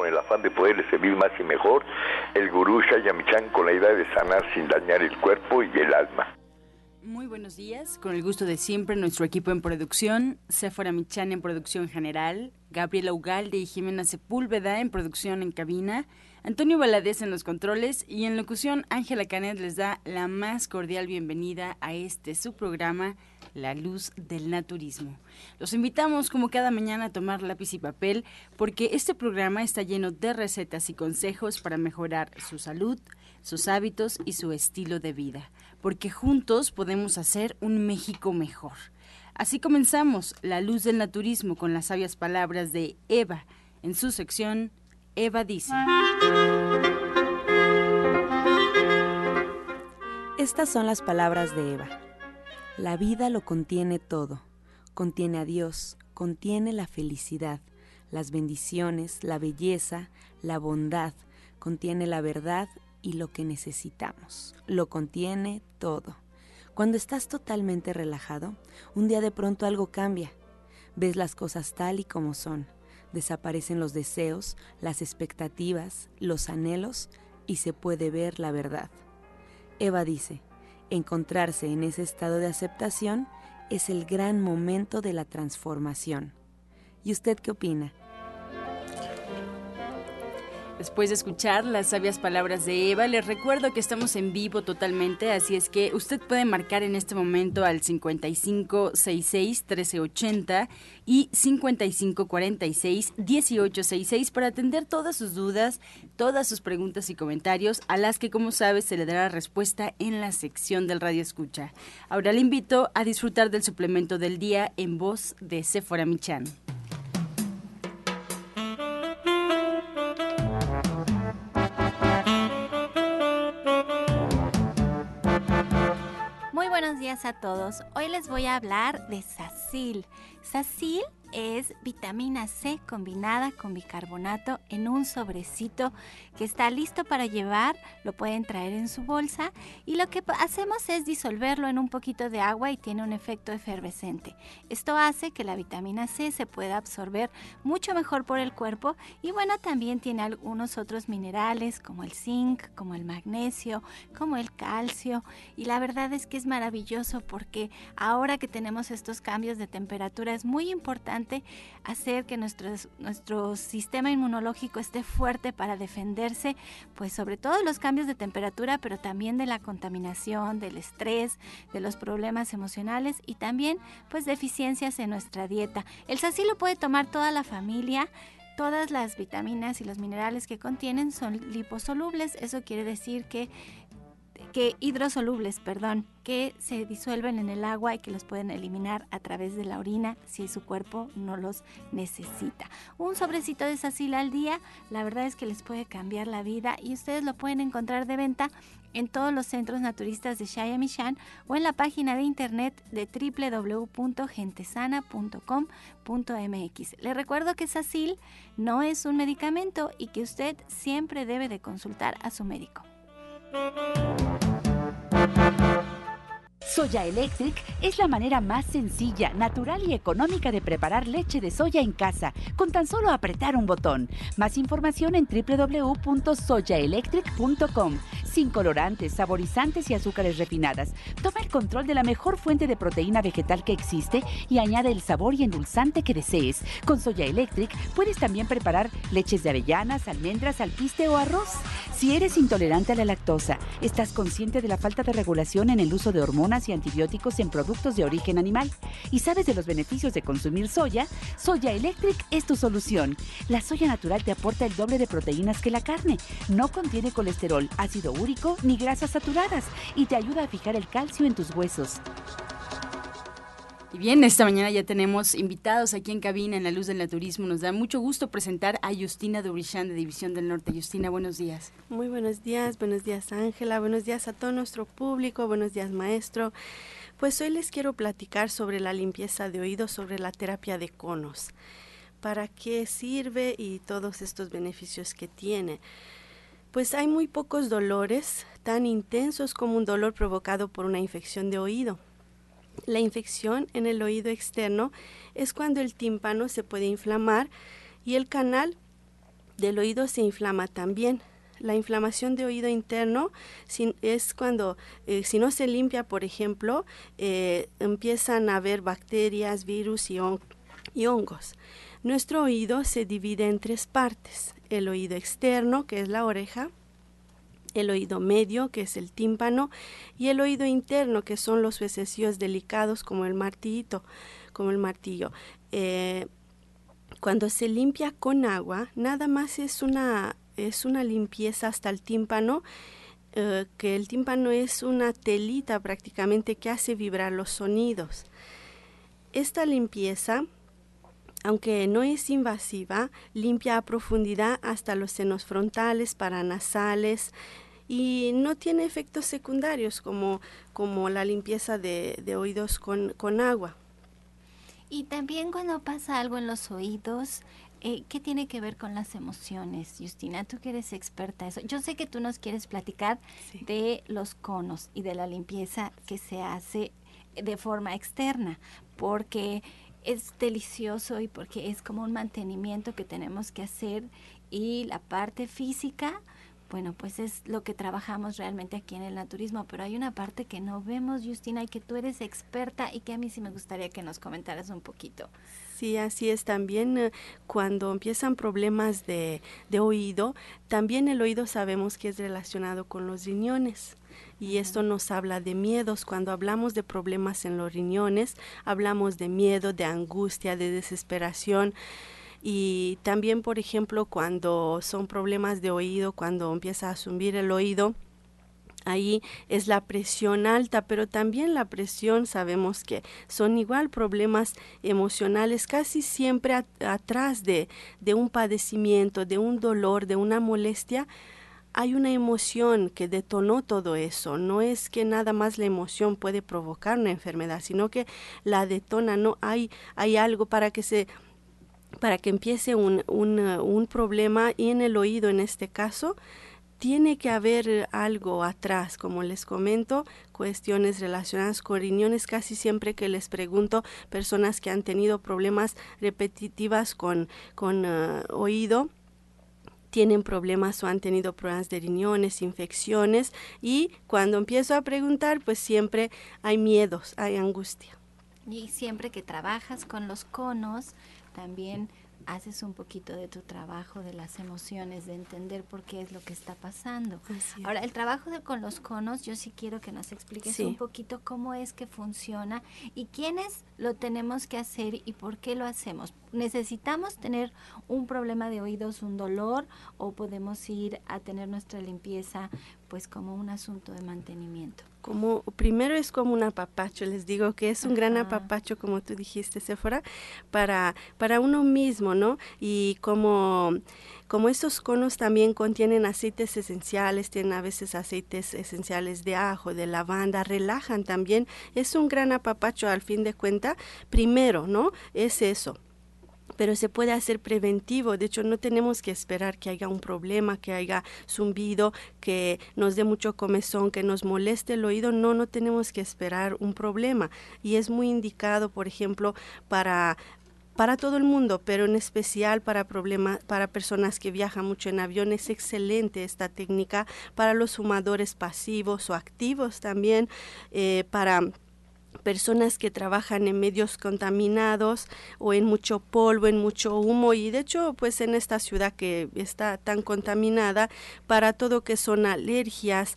con el afán de poderle servir más y mejor, el gurú Shayamichan con la idea de sanar sin dañar el cuerpo y el alma. Muy buenos días, con el gusto de siempre, nuestro equipo en producción, Séfora Michan en producción general, Gabriela Ugalde y Jimena Sepúlveda en producción en cabina, Antonio Valadez en los controles y en locución Ángela Canet les da la más cordial bienvenida a su programa, La Luz del Naturismo. Los invitamos como cada mañana a tomar lápiz y papel porque este programa está lleno de recetas y consejos para mejorar su salud, sus hábitos y su estilo de vida, porque juntos podemos hacer un México mejor. Así comenzamos La Luz del Naturismo con las sabias palabras de Eva en su sección Eva dice. Estas son las palabras de Eva. La vida lo contiene todo. Contiene a Dios, contiene la felicidad, las bendiciones, la belleza, la bondad, contiene la verdad y lo que necesitamos. Lo contiene todo. Cuando estás totalmente relajado, un día de pronto algo cambia. Ves las cosas tal y como son. Desaparecen los deseos, las expectativas, los anhelos y se puede ver la verdad. Eva dice, encontrarse en ese estado de aceptación es el gran momento de la transformación. ¿Y usted qué opina? Después de escuchar las sabias palabras de Eva, les recuerdo que estamos en vivo totalmente, así es que usted puede marcar en este momento al 5566-1380 y 5546-1866 para atender todas sus dudas, todas sus preguntas y comentarios, a las que, como sabes, se le dará respuesta en la sección del Radio Escucha. Ahora le invito a disfrutar del suplemento del día en voz de Séfora Michan. Buenos días a todos. Hoy les voy a hablar de Sacil. Sacil es vitamina C combinada con bicarbonato en un sobrecito que está listo para llevar. Lo pueden traer en su bolsa y lo que hacemos es disolverlo en un poquito de agua y tiene un efecto efervescente. Esto hace que la vitamina C se pueda absorber mucho mejor por el cuerpo y bueno, también tiene algunos otros minerales como el zinc, como el magnesio, como el calcio y la verdad es que es maravilloso porque ahora que tenemos estos cambios de temperatura es muy importante hacer que nuestro sistema inmunológico esté fuerte para defenderse, pues sobre todo de los cambios de temperatura, pero también de la contaminación, del estrés, de los problemas emocionales y también pues deficiencias en nuestra dieta. El Sacil lo puede tomar toda la familia. Todas las vitaminas y los minerales que contienen son liposolubles, eso quiere decir que hidrosolubles, que se disuelven en el agua y que los pueden eliminar a través de la orina si su cuerpo no los necesita. Un sobrecito de Sacil al día, la verdad es que les puede cambiar la vida y ustedes lo pueden encontrar de venta en todos los centros naturistas de Shayamichan o en la página de internet de www.gentesana.com.mx. Les recuerdo que Sacil no es un medicamento y que usted siempre debe de consultar a su médico. Soya Electric es la manera más sencilla, natural y económica de preparar leche de soya en casa, con tan solo apretar un botón. Más información en www.soyaelectric.com. Sin colorantes, saborizantes y azúcares refinadas. Toma el control de la mejor fuente de proteína vegetal que existe y añade el sabor y endulzante que desees. Con Soya Electric puedes también preparar leches de avellanas, almendras, alpiste o arroz. Si eres intolerante a la lactosa, estás consciente de la falta de regulación en el uso de hormonas y antibióticos en productos de origen animal y sabes de los beneficios de consumir soya, Soya Electric es tu solución. La soya natural te aporta el doble de proteínas que la carne, no contiene colesterol, ácido úrico ni grasas saturadas y te ayuda a fijar el calcio en tus huesos. Y bien, esta mañana ya tenemos invitados aquí en cabina en La Luz del Naturismo. Nos da mucho gusto presentar a Justina Dubrichan de División del Norte. Justina, buenos días. Muy buenos días Ángela, buenos días a todo nuestro público, buenos días maestro. Pues hoy les quiero platicar sobre la limpieza de oídos, sobre la terapia de conos. ¿Para qué sirve y todos estos beneficios que tiene? Pues hay muy pocos dolores tan intensos como un dolor provocado por una infección de oído. La infección en el oído externo es cuando el tímpano se puede inflamar y el canal del oído se inflama también. La inflamación de oído interno es cuando, si no se limpia, por ejemplo, empiezan a haber bacterias, virus y hongos. Nuestro oído se divide en 3 partes: el oído externo, que es la oreja, el oído medio, que es el tímpano, y el oído interno, que son los huesecillos delicados como el martillo. Cuando se limpia con agua, nada más es una limpieza hasta el tímpano, que el tímpano es una telita prácticamente que hace vibrar los sonidos. Esta limpieza, aunque no es invasiva, limpia a profundidad hasta los senos frontales, paranasales, y no tiene efectos secundarios como la limpieza de oídos con agua. Y también cuando pasa algo en los oídos, ¿qué tiene que ver con las emociones? Justina, tú que eres experta en eso. Yo sé que tú nos quieres platicar de los conos y de la limpieza que se hace de forma externa, porque es delicioso y porque es como un mantenimiento que tenemos que hacer, y la parte física, bueno, pues es lo que trabajamos realmente aquí en el naturismo, pero hay una parte que no vemos, Justina, y que tú eres experta y que a mí sí me gustaría que nos comentaras un poquito. Sí, así es. También cuando empiezan problemas de oído, también el oído sabemos que es relacionado con los riñones. Y esto nos habla de miedos. Cuando hablamos de problemas en los riñones, hablamos de miedo, de angustia, de desesperación. Y también, por ejemplo, cuando son problemas de oído, cuando empieza a zumbir el oído, ahí es la presión alta, pero también la presión sabemos que son igual problemas emocionales, casi siempre atrás de un padecimiento, de un dolor, de una molestia. Hay una emoción que detonó todo eso. No es que nada más la emoción puede provocar una enfermedad, sino que la detona. No hay algo para que empiece un problema, y en el oído, en este caso, tiene que haber algo atrás. Como les comento, cuestiones relacionadas con riñones. Casi siempre que les pregunto, personas que han tenido problemas repetitivas con oído, tienen problemas o han tenido problemas de riñones, infecciones, y cuando empiezo a preguntar, pues siempre hay miedos, hay angustia. Y siempre que trabajas con los conos, también haces un poquito de tu trabajo de las emociones, de entender por qué es lo que está pasando. Ahora, el trabajo con los conos, yo sí quiero que nos expliques un poquito cómo es que funciona y quiénes lo tenemos que hacer y por qué lo hacemos. ¿Necesitamos tener un problema de oídos, un dolor, o podemos ir a tener nuestra limpieza pues como un asunto de mantenimiento? Primero es como un apapacho, les digo que es un gran apapacho, como tú dijiste, Séfora, para uno mismo, ¿no? Y como estos conos también contienen aceites esenciales, tienen a veces aceites esenciales de ajo, de lavanda, relajan también, es un gran apapacho al fin de cuentas. Primero, ¿no? Es eso. Pero se puede hacer preventivo. De hecho, no tenemos que esperar que haya un problema, que haya zumbido, que nos dé mucho comezón, que nos moleste el oído. No tenemos que esperar un problema. Y es muy indicado, por ejemplo, para todo el mundo, pero en especial para personas que viajan mucho en avión. Es excelente esta técnica para los fumadores pasivos o activos también, para personas que trabajan en medios contaminados o en mucho polvo, en mucho humo, y de hecho pues en esta ciudad que está tan contaminada, para todo que son alergias,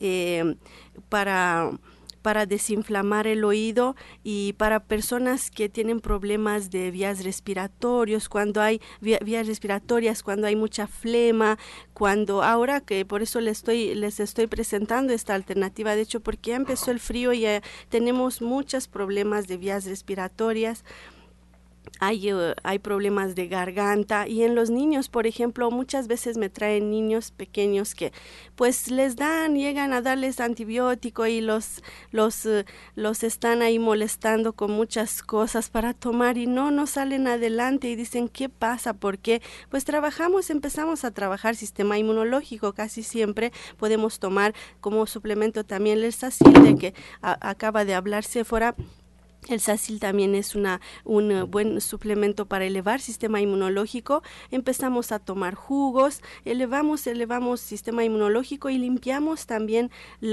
para desinflamar el oído, y para personas que tienen problemas de vías respiratorias, cuando hay vías respiratorias, cuando hay mucha flema, ahora que por eso les estoy presentando esta alternativa, de hecho porque ya empezó el frío y ya tenemos muchos problemas de vías respiratorias. Hay problemas de garganta, y en los niños, por ejemplo, muchas veces me traen niños pequeños que pues llegan a darles antibiótico y los están ahí molestando con muchas cosas para tomar y no salen adelante, y dicen ¿qué pasa? ¿Por qué? Pues empezamos a trabajar sistema inmunológico. Casi siempre podemos tomar como suplemento también el Sasil, de que acaba de hablar Séfora. El Sacil también es un buen suplemento para elevar sistema inmunológico. Empezamos a tomar jugos, elevamos sistema inmunológico y limpiamos también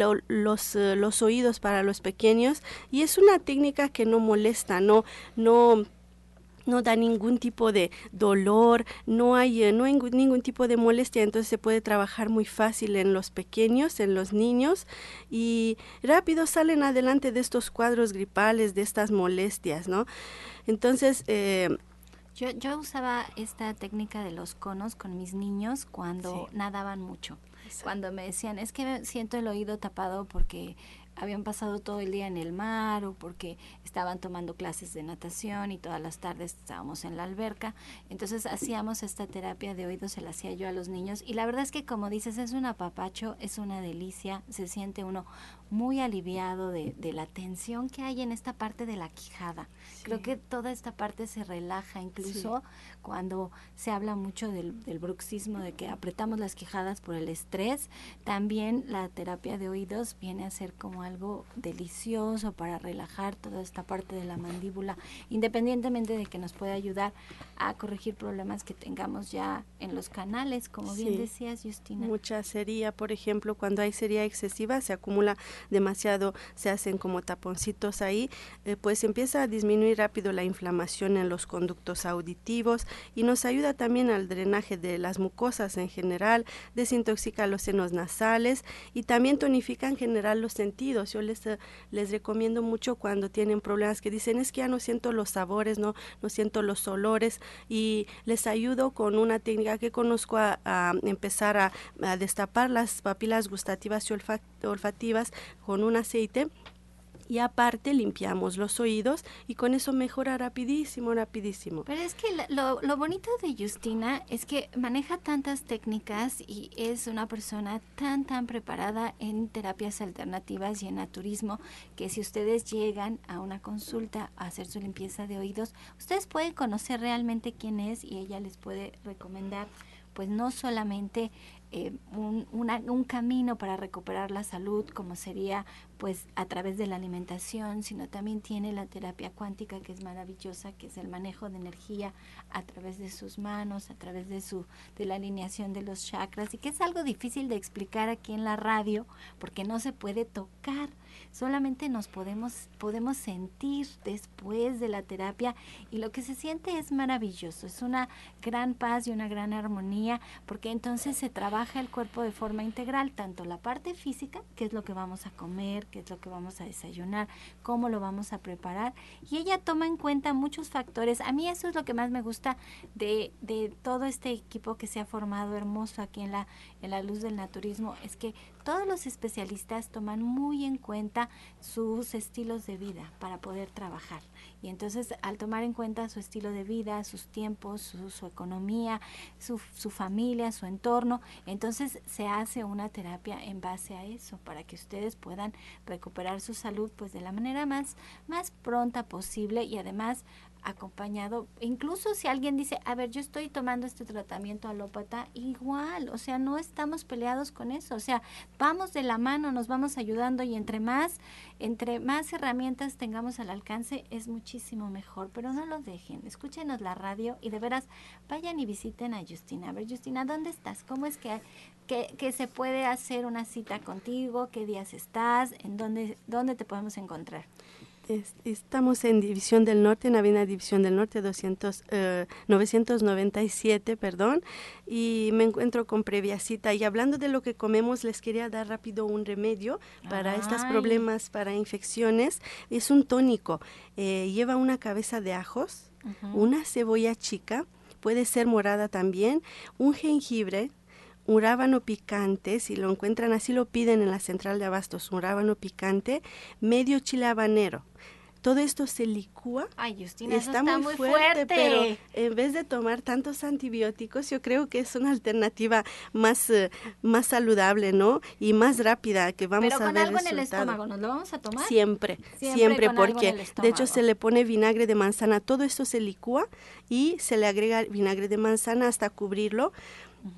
los oídos para los pequeños. Y es una técnica que no molesta, no da ningún tipo de dolor, no hay ningún tipo de molestia, entonces se puede trabajar muy fácil en los pequeños, en los niños, y rápido salen adelante de estos cuadros gripales, de estas molestias, ¿no? Entonces, yo usaba esta técnica de los conos con mis niños cuando nadaban mucho. Exacto. Cuando me decían, es que siento el oído tapado porque habían pasado todo el día en el mar o porque estaban tomando clases de natación y todas las tardes estábamos en la alberca. Entonces hacíamos esta terapia de oídos, se la hacía yo a los niños y la verdad es que, como dices, es un apapacho, es una delicia, se siente uno muy aliviado de la tensión que hay en esta parte de la quijada. Sí. Creo que toda esta parte se relaja, incluso cuando se habla mucho del bruxismo, de que apretamos las quijadas por el estrés. También la terapia de oídos viene a ser como algo delicioso para relajar toda esta parte de la mandíbula, independientemente de que nos pueda ayudar a corregir problemas que tengamos ya en los canales, como bien decías, Justina. Mucha sería, por ejemplo, cuando hay sería excesiva, se acumula demasiado, se hacen como taponcitos ahí, pues empieza a disminuir rápido la inflamación en los conductos auditivos y nos ayuda también al drenaje de las mucosas en general, desintoxica los senos nasales y también tonifica en general los sentidos. Yo les recomiendo mucho cuando tienen problemas que dicen, es que ya no siento los sabores, no siento los olores, y les ayudo con una técnica que conozco a empezar a destapar las papilas gustativas y olfativas con un aceite, y aparte limpiamos los oídos y con eso mejora rapidísimo. Pero es que lo bonito de Justina es que maneja tantas técnicas y es una persona tan preparada en terapias alternativas y en naturismo, que si ustedes llegan a una consulta a hacer su limpieza de oídos, ustedes pueden conocer realmente quién es y ella les puede recomendar pues no solamente un camino para recuperar la salud, como sería pues a través de la alimentación, sino también tiene la terapia cuántica, que es maravillosa, que es el manejo de energía a través de sus manos, a través de la alineación de los chakras, y que es algo difícil de explicar aquí en la radio porque no se puede tocar, solamente nos podemos sentir después de la terapia, y lo que se siente es maravilloso, es una gran paz y una gran armonía, porque entonces se trabaja el cuerpo de forma integral, tanto la parte física, que es lo que vamos a comer, qué es lo que vamos a desayunar, cómo lo vamos a preparar, y ella toma en cuenta muchos factores. A mí eso es lo que más me gusta de todo este equipo que se ha formado hermoso aquí en la luz del naturismo, es que todos los especialistas toman muy en cuenta sus estilos de vida para poder trabajar, y entonces al tomar en cuenta su estilo de vida, sus tiempos, su economía, su familia, su entorno, entonces se hace una terapia en base a eso, para que ustedes puedan recuperar su salud pues de la manera más pronta posible, y además acompañado, incluso si alguien dice, a ver, yo estoy tomando este tratamiento alópata, igual, o sea, no estamos peleados con eso, o sea, vamos de la mano, nos vamos ayudando, y entre más herramientas tengamos al alcance es muchísimo mejor, pero no lo dejen, escúchenos la radio y de veras vayan y visiten a Justina. A ver, Justina, ¿dónde estás? ¿Cómo es que se puede hacer una cita contigo? ¿Qué días estás? ¿En dónde te podemos encontrar? Estamos en División del Norte, en Avenida División del Norte 997, y me encuentro con previa cita. Y hablando de lo que comemos, les quería dar rápido un remedio para estos problemas, para infecciones. Es un tónico, lleva una cabeza de ajos, una cebolla chica, puede ser morada también, un jengibre, un rábano picante, si lo encuentran así lo piden en la central de abastos, un rábano picante, medio chile habanero. Todo esto se licúa. Ay, Justina, está muy fuerte, pero en vez de tomar tantos antibióticos, yo creo que es una alternativa más saludable, ¿no? Y más rápida, que vamos a ver Pero con algo resultado. En el estómago, ¿nos lo vamos a tomar? Siempre, porque de hecho se le pone vinagre de manzana, todo esto se licúa y se le agrega vinagre de manzana hasta cubrirlo.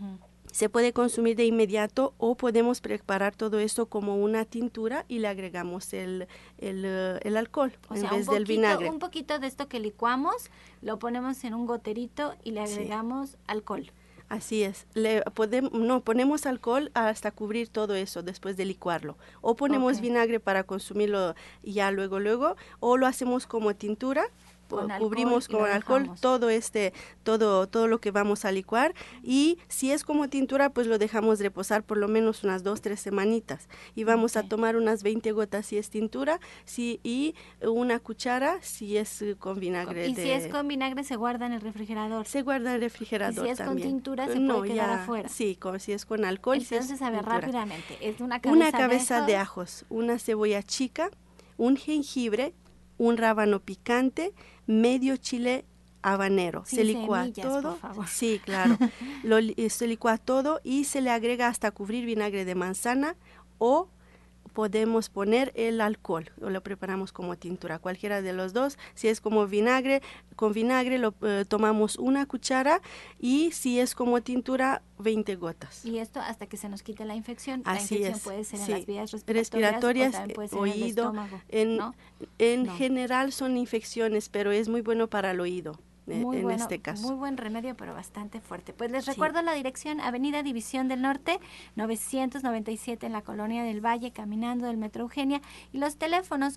Se puede consumir de inmediato o podemos preparar todo esto como una tintura y le agregamos el alcohol en vez del vinagre. Un poquito de esto que licuamos, lo ponemos en un goterito y le agregamos alcohol. Así es. Ponemos alcohol hasta cubrir todo eso después de licuarlo. O ponemos vinagre para consumirlo ya luego, o lo hacemos como tintura. Cubrimos con alcohol todo lo que vamos a licuar, y si es como tintura pues lo dejamos reposar por lo menos unas 2-3 semanitas y vamos a tomar unas 20 gotas si es tintura, y una cuchara si es con vinagre. Y si es con vinagre se guarda en el refrigerador. Se guarda en el refrigerador. Y si es también. Con tintura se puede quedar afuera. Sí, si es con alcohol. Entonces, a ver, rápidamente, es una cabeza de ajos, una cebolla chica, un jengibre, un rábano picante, medio chile habanero. Sin se licúa semillas, todo. Por favor. Sí, claro. Se licúa todo y se le agrega hasta cubrir vinagre de manzana, o podemos poner el alcohol o lo preparamos como tintura, cualquiera de los dos. Si es como vinagre, con vinagre tomamos una cuchara, y si es como tintura, 20 gotas. Y esto hasta que se nos quite la infección. Así la infección es. puede ser Sí. en las vías respiratorias, o también puede ser oído, en el estómago. En general son infecciones, pero es muy bueno para el oído. Este caso. Muy buen remedio, pero bastante fuerte. Pues les recuerdo la dirección: Avenida División del Norte, 997 en la Colonia del Valle, caminando del Metro Eugenia, y los teléfonos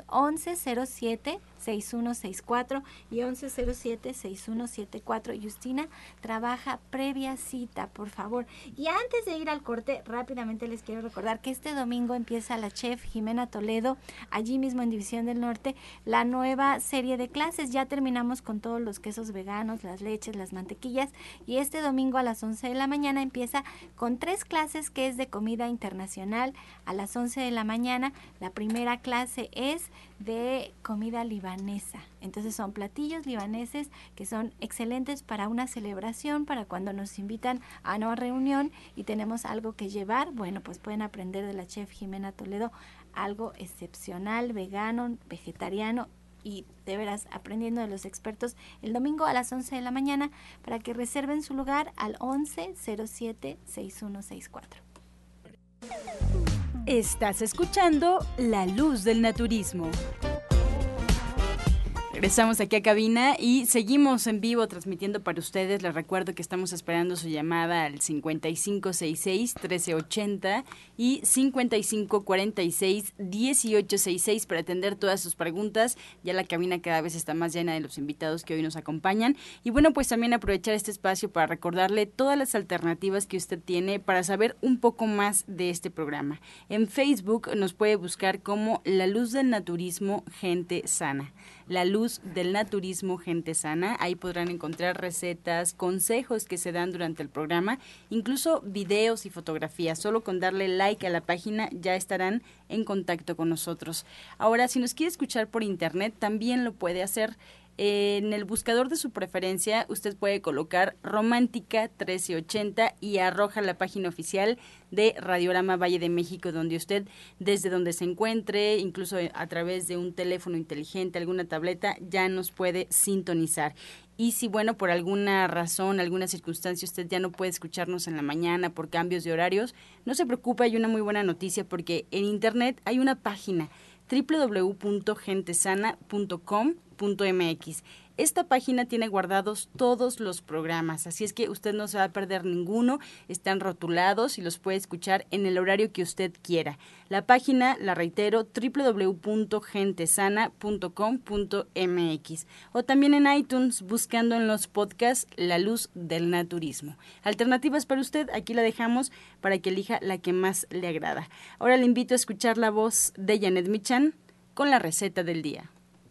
1107-6164 y 1107-6174. Justina trabaja previa cita, por favor. Y antes de ir al corte, rápidamente les quiero recordar que este domingo empieza la chef Jimena Toledo, allí mismo en División del Norte, la nueva serie de clases. Ya terminamos con todos los quesos veganos, las leches, las mantequillas, y este domingo a las 11 de la mañana empieza con 3 clases que es de comida internacional. A las 11 de la mañana la primera clase es de comida libanesa. Entonces son platillos libaneses que son excelentes para una celebración, para cuando nos invitan a una reunión y tenemos algo que llevar. Bueno, pues pueden aprender de la chef Jimena Toledo algo excepcional, vegano, vegetariano, y de veras aprendiendo de los expertos el domingo a las 11 de la mañana, para que reserven su lugar al 1107-6164. Estás escuchando La Luz del Naturismo. Regresamos aquí a cabina y seguimos en vivo transmitiendo para ustedes. Les recuerdo que estamos esperando su llamada al 5566-1380 y 5546-1866 para atender todas sus preguntas. Ya la cabina cada vez está más llena de los invitados que hoy nos acompañan. Y bueno, pues también aprovechar este espacio para recordarle todas las alternativas que usted tiene para saber un poco más de este programa. En Facebook nos puede buscar como La Luz del Naturismo Gente Sana. La Luz del Naturismo Gente Sana. Ahí podrán encontrar recetas, consejos que se dan durante el programa, incluso videos y fotografías. Solo con darle like a la página ya estarán en contacto con nosotros. Ahora, si nos quiere escuchar por internet, también lo puede hacer. En el buscador de su preferencia, usted puede colocar Romántica 1380 y arroja la página oficial de Radiorama Valle de México, donde usted, desde donde se encuentre, incluso a través de un teléfono inteligente, alguna tableta, ya nos puede sintonizar. Y si, bueno, por alguna razón, alguna circunstancia, usted ya no puede escucharnos en la mañana por cambios de horarios, no se preocupe, hay una muy buena noticia, porque en internet hay una página www.gentesana.com.mx. Esta página tiene guardados todos los programas, así es que usted no se va a perder ninguno, están rotulados y los puede escuchar en el horario que usted quiera. La página, la reitero, www.gentesana.com.mx, o también en iTunes buscando en los podcasts La Luz del Naturismo. Alternativas para usted, aquí la dejamos para que elija la que más le agrada. Ahora le invito a escuchar la voz de Janet Michan con la receta del día.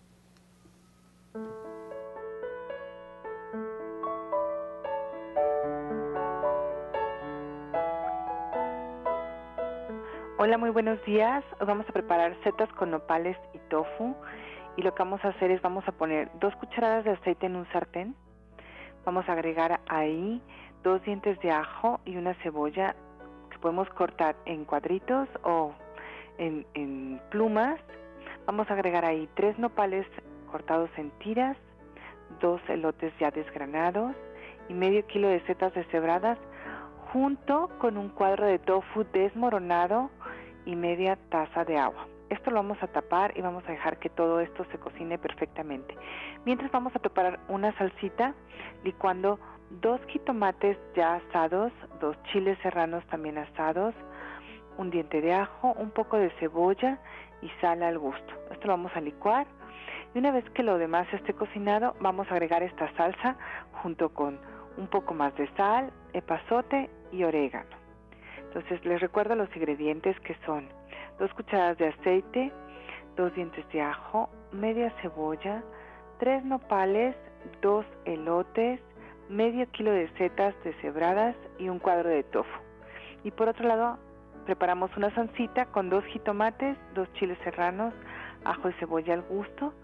Hola, muy buenos días. Hoy vamos a preparar setas con nopales y tofu. Y lo que vamos a hacer es vamos a poner 2 cucharadas de aceite en un sartén. Vamos a agregar ahí 2 dientes de ajo y una cebolla que podemos cortar en cuadritos o en plumas. Vamos a agregar ahí 3 nopales cortados en tiras, 2 elotes ya desgranados y medio kilo de setas deshebradas, junto con un cuadro de tofu desmoronado y media taza de agua. Esto lo vamos a tapar y vamos a dejar que todo esto se cocine perfectamente. Mientras vamos a preparar una salsita licuando 2 jitomates ya asados, 2 chiles serranos también asados, un diente de ajo, un poco de cebolla y sal al gusto. Esto lo vamos a licuar y una vez que lo demás esté cocinado, vamos a agregar esta salsa junto con un poco más de sal, epazote y orégano. Entonces les recuerdo los ingredientes que son 2 cucharadas de aceite, 2 dientes de ajo, media cebolla, 3 nopales, 2 elotes, medio kilo de setas deshebradas y un cuadro de tofu. Y por otro lado, preparamos una salsita con 2 jitomates, 2 chiles serranos, ajo y cebolla al gusto,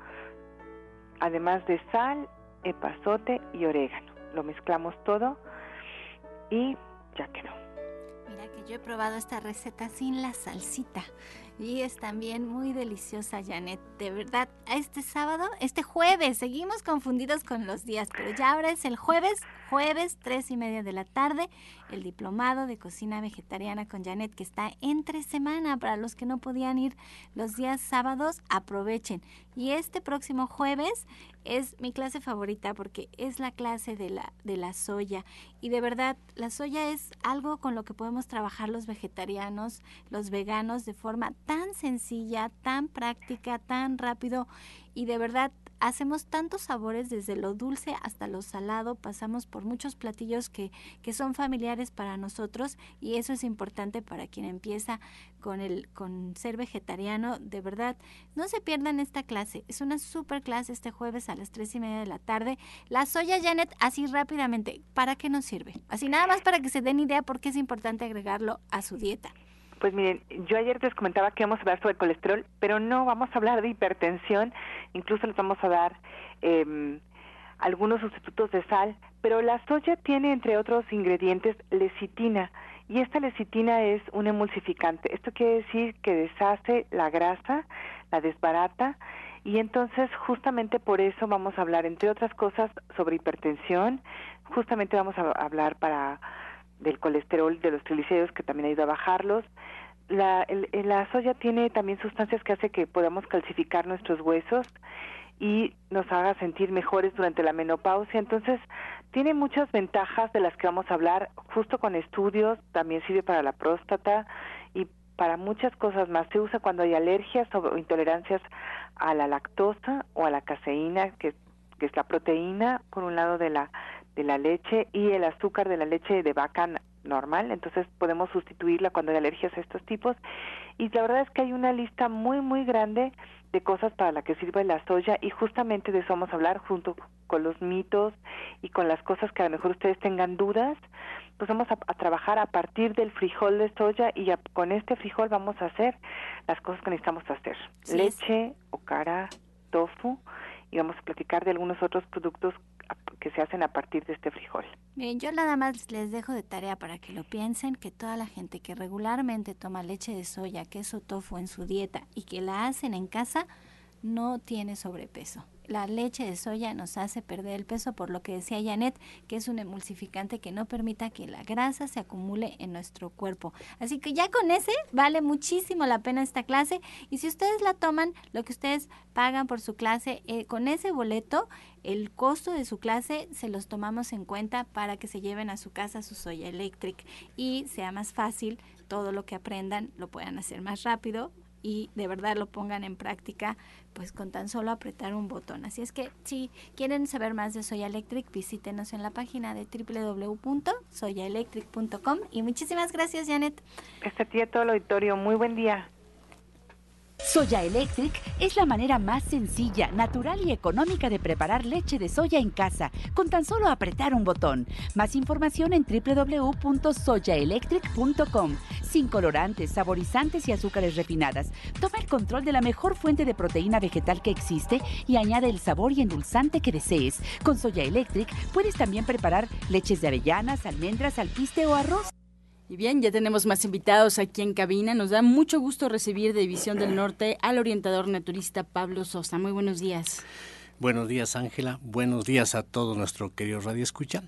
además de sal, epazote y orégano. Lo mezclamos todo y ya quedó. Mira que yo he probado esta receta sin la salsita y es también muy deliciosa, Janet. De verdad, este jueves, seguimos confundidos con los días, pero ya ahora es el jueves 3:30 de la tarde, el diplomado de cocina vegetariana con Janet, que está entre semana. Para los que no podían ir los días sábados, aprovechen. Y este próximo jueves es mi clase favorita porque es la clase de la soya. Y de verdad, la soya es algo con lo que podemos trabajar los vegetarianos, los veganos, de forma tan sencilla, tan práctica, tan rápido. Y de verdad, hacemos tantos sabores, desde lo dulce hasta lo salado. Pasamos por muchos platillos que son familiares para nosotros, y eso es importante para quien empieza con ser vegetariano. De verdad, no se pierdan esta clase. Es una super clase este jueves a las 3:30 de la tarde. La soya, Janet, así rápidamente, ¿para qué nos sirve? Así nada más para que se den idea por qué es importante agregarlo a su dieta. Pues miren, yo ayer les comentaba que íbamos a hablar sobre colesterol, pero no vamos a hablar de hipertensión. Incluso les vamos a dar algunos sustitutos de sal, pero la soya tiene, entre otros ingredientes, lecitina, y esta lecitina es un emulsificante. Esto quiere decir que deshace la grasa, la desbarata, y entonces justamente por eso vamos a hablar, entre otras cosas, sobre hipertensión. Justamente vamos a hablar del colesterol, de los triglicéridos, que también ayuda a bajarlos. La soya tiene también sustancias que hace que podamos calcificar nuestros huesos y nos haga sentir mejores durante la menopausia. Entonces, tiene muchas ventajas de las que vamos a hablar, justo con estudios. También sirve para la próstata y para muchas cosas más. Se usa cuando hay alergias o intolerancias a la lactosa o a la caseína, que es la proteína, por un lado, de la leche, y el azúcar de la leche de vaca normal. Entonces podemos sustituirla cuando hay alergias a estos tipos. Y la verdad es que hay una lista muy, muy grande de cosas para la que sirve la soya, y justamente de eso vamos a hablar, junto con los mitos y con las cosas que a lo mejor ustedes tengan dudas. Pues vamos a trabajar a partir del frijol de soya, y con este frijol vamos a hacer las cosas que necesitamos hacer. Sí, leche, okara, tofu, y vamos a platicar de algunos otros productos que se hacen a partir de este frijol. Bien, yo nada más les dejo de tarea para que lo piensen, que toda la gente que regularmente toma leche de soya, queso, tofu en su dieta y que la hacen en casa, no tiene sobrepeso. La leche de soya nos hace perder el peso, por lo que decía Janet, que es un emulsificante que no permita que la grasa se acumule en nuestro cuerpo. Así que ya con ese vale muchísimo la pena esta clase, y si ustedes la toman, lo que ustedes pagan por su clase, con ese boleto, el costo de su clase se los tomamos en cuenta para que se lleven a su casa su Soya Electric y sea más fácil. Todo lo que aprendan lo puedan hacer más rápido y de verdad lo pongan en práctica, pues con tan solo apretar un botón. Así es que si quieren saber más de Soya Electric, visítenos en la página de www.soyaelectric.com. Y muchísimas gracias, Janet. A ti, a todo el auditorio, muy buen día. Soya Electric es la manera más sencilla, natural y económica de preparar leche de soya en casa, con tan solo apretar un botón. Más información en www.soyaelectric.com. Sin colorantes, saborizantes y azúcares refinadas. Toma el control de la mejor fuente de proteína vegetal que existe y añade el sabor y endulzante que desees. Con Soya Electric puedes también preparar leches de avellanas, almendras, alpiste o arroz. Y bien, ya tenemos más invitados aquí en cabina. Nos da mucho gusto recibir de División del Norte al orientador naturista Pablo Sosa. Muy buenos días. Buenos días, Ángela. Buenos días a todo nuestro querido Radio Escucha.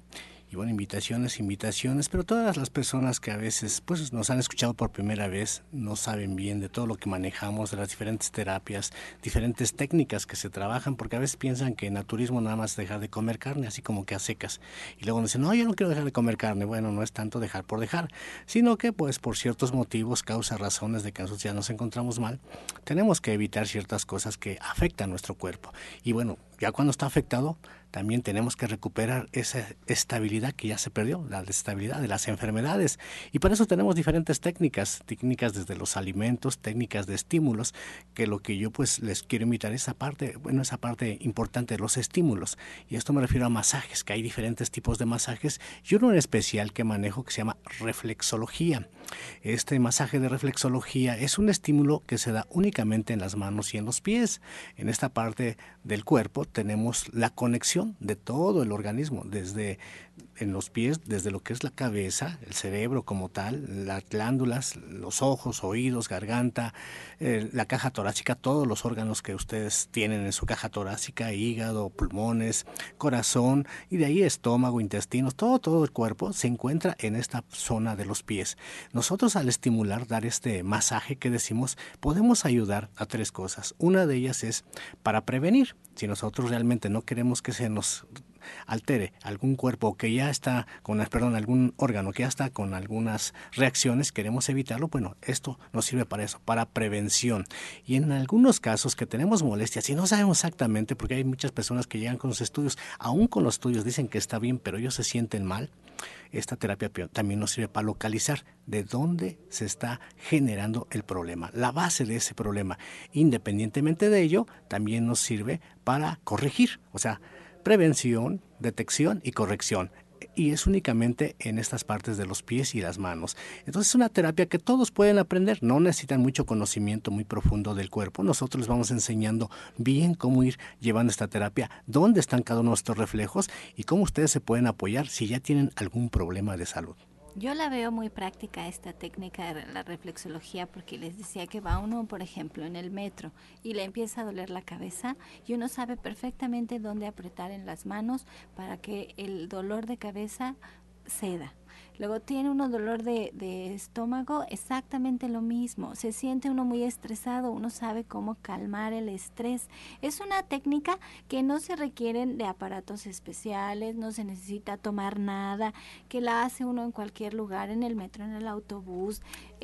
Y bueno, invitaciones, pero todas las personas que a veces pues nos han escuchado por primera vez no saben bien de todo lo que manejamos, de las diferentes terapias, diferentes técnicas que se trabajan, porque a veces piensan que naturismo nada más es dejar de comer carne, así como que a secas. Y luego dicen, no, yo no quiero dejar de comer carne. Bueno, no es tanto dejar por dejar, sino que pues por ciertos motivos, causas, razones de que nosotros ya nos encontramos mal, tenemos que evitar ciertas cosas que afectan a nuestro cuerpo. Y bueno, ya cuando está afectado, también tenemos que recuperar esa estabilidad que ya se perdió, la estabilidad de las enfermedades. Y para eso tenemos diferentes técnicas desde los alimentos, técnicas de estímulos, que lo que yo pues les quiero invitar es esa parte importante de los estímulos. Y esto me refiero a masajes, que hay diferentes tipos de masajes, y uno en especial que manejo que se llama reflexología. Este masaje de reflexología es un estímulo que se da únicamente en las manos y en los pies. En esta parte del cuerpo tenemos la conexión de todo el organismo, desde en los pies, desde lo que es la cabeza, el cerebro como tal, las glándulas, los ojos, oídos, garganta, la caja torácica, todos los órganos que ustedes tienen en su caja torácica, hígado, pulmones, corazón, y de ahí estómago, intestinos, todo el cuerpo se encuentra en esta zona de los pies. Nosotros al estimular, dar este masaje que decimos, podemos ayudar a tres cosas. Una de ellas es para prevenir. Si nosotros realmente no queremos que se nos altere algún cuerpo que ya está algún órgano que ya está con algunas reacciones, queremos evitarlo, bueno, esto nos sirve para eso, para prevención. Y en algunos casos que tenemos molestias y no sabemos exactamente, porque hay muchas personas que llegan con los estudios, aún con los estudios dicen que está bien, pero ellos se sienten mal, esta terapia también nos sirve para localizar de dónde se está generando el problema, la base de ese problema. Independientemente de ello, también nos sirve para corregir, o sea, prevención, detección y corrección. Y es únicamente en estas partes de los pies y las manos. Entonces es una terapia que todos pueden aprender, no necesitan mucho conocimiento muy profundo del cuerpo. Nosotros les vamos enseñando bien cómo ir llevando esta terapia, dónde están cada uno de estos reflejos y cómo ustedes se pueden apoyar si ya tienen algún problema de salud. Yo la veo muy práctica esta técnica de la reflexología porque les decía que va uno, por ejemplo, en el metro y le empieza a doler la cabeza y uno sabe perfectamente dónde apretar en las manos para que el dolor de cabeza ceda. Luego tiene uno dolor de estómago, exactamente lo mismo. Se siente uno muy estresado, uno sabe cómo calmar el estrés. Es una técnica que no se requieren de aparatos especiales, no se necesita tomar nada, que la hace uno en cualquier lugar, en el metro, en el autobús.